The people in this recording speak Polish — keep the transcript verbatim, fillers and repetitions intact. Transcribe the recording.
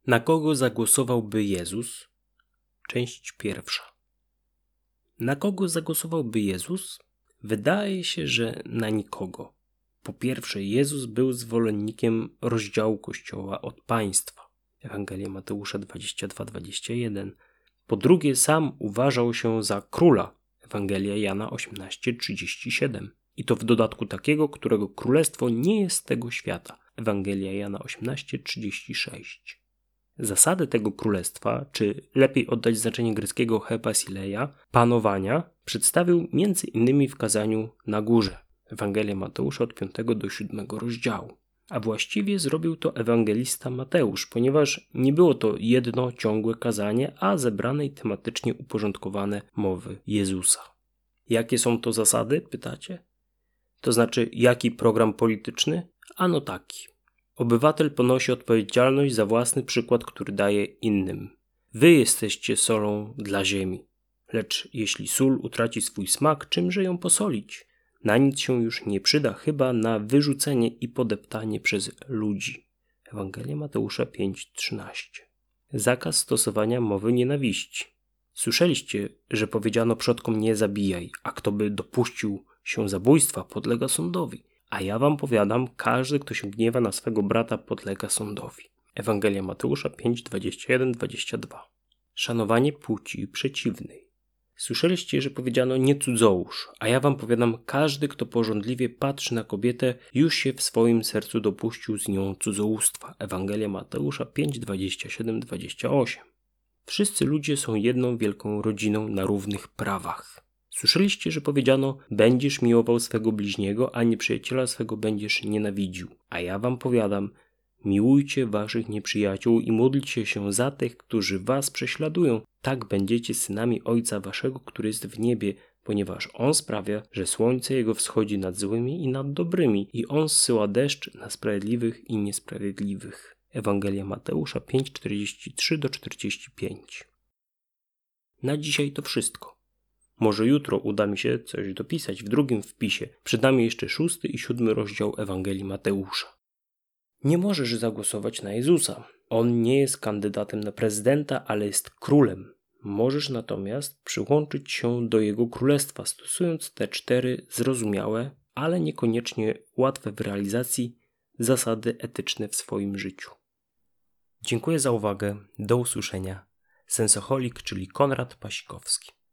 Na kogo zagłosowałby Jezus? Część pierwsza. Na kogo zagłosowałby Jezus? Wydaje się, że na nikogo. Po pierwsze, Jezus był zwolennikiem rozdziału Kościoła od państwa. Ewangelia Mateusza dwadzieścia dwa dwadzieścia jeden. Po drugie, sam uważał się za króla. Ewangelia Jana osiemnaście trzydzieści siedem. I to w dodatku takiego, którego królestwo nie jest z tego świata. Ewangelia Jana osiemnaście trzydzieści sześć. Zasady tego królestwa, czy lepiej oddać znaczenie greckiego hebasileia, panowania, przedstawił między innymi w kazaniu na górze. Ewangelia Mateusza od piątego do siódmego rozdziału. A właściwie zrobił to ewangelista Mateusz, ponieważ nie było to jedno ciągłe kazanie, a zebrane i tematycznie uporządkowane mowy Jezusa. Jakie są to zasady, pytacie? To znaczy, jaki program polityczny? Ano taki. Obywatel ponosi odpowiedzialność za własny przykład, który daje innym. Wy jesteście solą dla ziemi. Lecz jeśli sól utraci swój smak, czymże ją posolić? Na nic się już nie przyda, chyba na wyrzucenie i podeptanie przez ludzi. Ewangelia Mateusza pięć trzynaście. Zakaz stosowania mowy nienawiści. Słyszeliście, że powiedziano przodkom nie zabijaj, a kto by dopuścił się zabójstwa, podlega sądowi. A ja wam powiadam, każdy, kto się gniewa na swego brata, podlega sądowi. Ewangelia Mateusza pięć dwadzieścia jeden dwadzieścia dwa. Szanowanie płci przeciwnej. Słyszeliście, że powiedziano nie cudzołóż, a ja wam powiadam, każdy, kto pożądliwie patrzy na kobietę, już się w swoim sercu dopuścił z nią cudzołóstwa. Ewangelia Mateusza pięć dwadzieścia siedem dwadzieścia osiem. Wszyscy ludzie są jedną wielką rodziną na równych prawach. Słyszeliście, że powiedziano, będziesz miłował swego bliźniego, a nieprzyjaciela swego będziesz nienawidził. A ja wam powiadam, miłujcie waszych nieprzyjaciół i módlcie się za tych, którzy was prześladują. Tak będziecie synami Ojca waszego, który jest w niebie, ponieważ On sprawia, że słońce Jego wschodzi nad złymi i nad dobrymi i On zsyła deszcz na sprawiedliwych i niesprawiedliwych. Ewangelia Mateusza pięć czterdzieści trzy do czterdziestu pięciu. Na dzisiaj to wszystko. Może jutro uda mi się coś dopisać w drugim wpisie. Przed nami jeszcze szósty i siódmy rozdział Ewangelii Mateusza. Nie możesz zagłosować na Jezusa. On nie jest kandydatem na prezydenta, ale jest królem. Możesz natomiast przyłączyć się do Jego królestwa, stosując te cztery zrozumiałe, ale niekoniecznie łatwe w realizacji zasady etyczne w swoim życiu. Dziękuję za uwagę. Do usłyszenia. Sensoholik, czyli Konrad Pasikowski.